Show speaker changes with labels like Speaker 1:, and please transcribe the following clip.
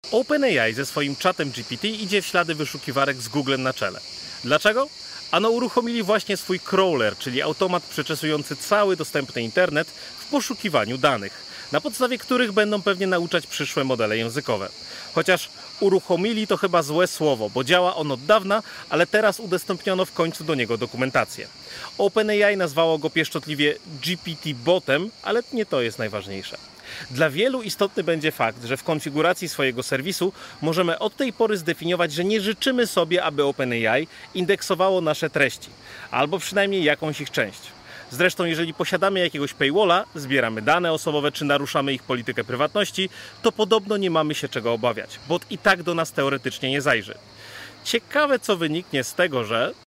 Speaker 1: OpenAI ze swoim czatem GPT idzie w ślady wyszukiwarek z Googlem na czele. Dlaczego? Ano uruchomili właśnie swój crawler, czyli automat przeczesujący cały dostępny internet w poszukiwaniu danych, na podstawie których będą pewnie nauczać przyszłe modele językowe. Chociaż uruchomili to chyba złe słowo, bo działa on od dawna, ale teraz udostępniono w końcu do niego dokumentację. OpenAI nazwało go pieszczotliwie GPT-botem, ale nie to jest najważniejsze. Dla wielu istotny będzie fakt, że w konfiguracji swojego serwisu możemy od tej pory zdefiniować, że nie życzymy sobie, aby OpenAI indeksowało nasze treści, albo przynajmniej jakąś ich część. Zresztą jeżeli posiadamy jakiegoś paywalla, zbieramy dane osobowe czy naruszamy ich politykę prywatności, to podobno nie mamy się czego obawiać, bot i tak do nas teoretycznie nie zajrzy. Ciekawe, co wyniknie z tego, że